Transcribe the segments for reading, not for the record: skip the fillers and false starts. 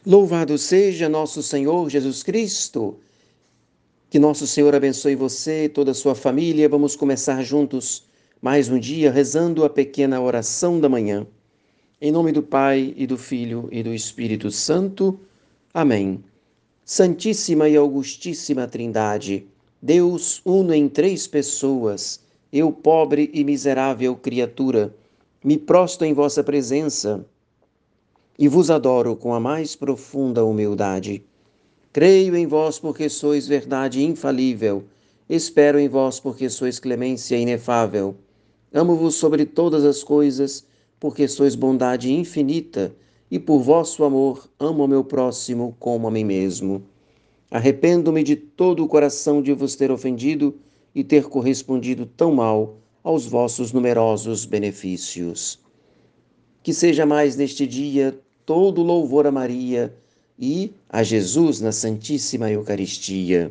Louvado seja nosso Senhor Jesus Cristo. Que nosso Senhor abençoe você e toda a sua família. Vamos começar juntos mais um dia rezando a pequena oração da manhã. Em nome do Pai e do Filho e do Espírito Santo. Amém. Santíssima e Augustíssima Trindade, Deus uno em três pessoas, eu, pobre e miserável criatura, me prostro em vossa presença e vos adoro com a mais profunda humildade. Creio em vós porque sois verdade infalível, espero em vós porque sois clemência inefável. Amo-vos sobre todas as coisas, porque sois bondade infinita, e por vosso amor amo o meu próximo como a mim mesmo. Arrependo-me de todo o coração de vos ter ofendido e ter correspondido tão mal aos vossos numerosos benefícios. Que seja mais neste dia todo louvor a Maria e a Jesus na Santíssima Eucaristia.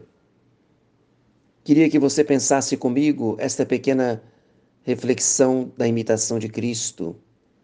Queria que você pensasse comigo esta pequena reflexão da imitação de Cristo.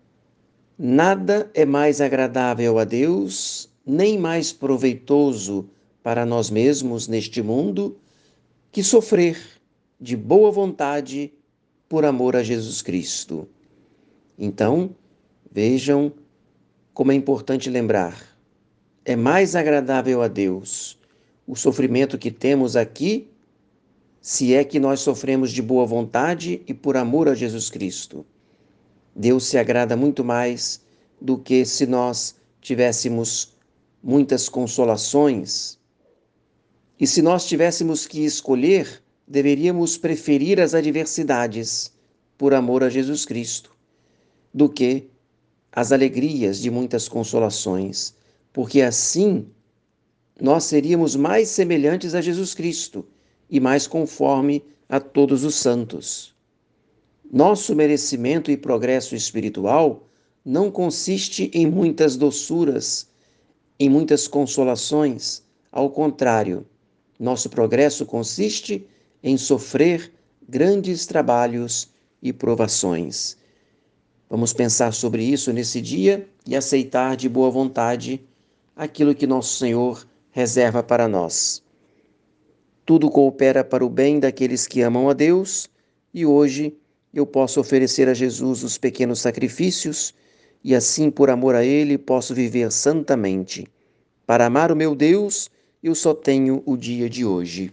Nada é mais agradável a Deus, nem mais proveitoso para nós mesmos neste mundo, que sofrer de boa vontade por amor a Jesus Cristo. Então, vejam como é importante lembrar. É mais agradável a Deus o sofrimento que temos aqui, se é que nós sofremos de boa vontade e por amor a Jesus Cristo. Deus se agrada muito mais do que se nós tivéssemos muitas consolações. E se nós tivéssemos que escolher, deveríamos preferir as adversidades por amor a Jesus Cristo, do que as alegrias de muitas consolações, porque assim nós seríamos mais semelhantes a Jesus Cristo e mais conforme a todos os santos. Nosso merecimento e progresso espiritual não consiste em muitas doçuras, em muitas consolações. Ao contrário, nosso progresso consiste em sofrer grandes trabalhos e provações. Vamos pensar sobre isso nesse dia e aceitar de boa vontade aquilo que nosso Senhor reserva para nós. Tudo coopera para o bem daqueles que amam a Deus, e hoje eu posso oferecer a Jesus os pequenos sacrifícios e assim, por amor a Ele, posso viver santamente. Para amar o meu Deus, eu só tenho o dia de hoje.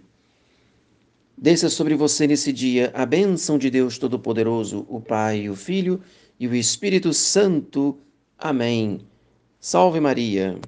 Desça sobre você nesse dia a bênção de Deus Todo-Poderoso, o Pai, o Filho e o Espírito Santo. Amém. Salve Maria.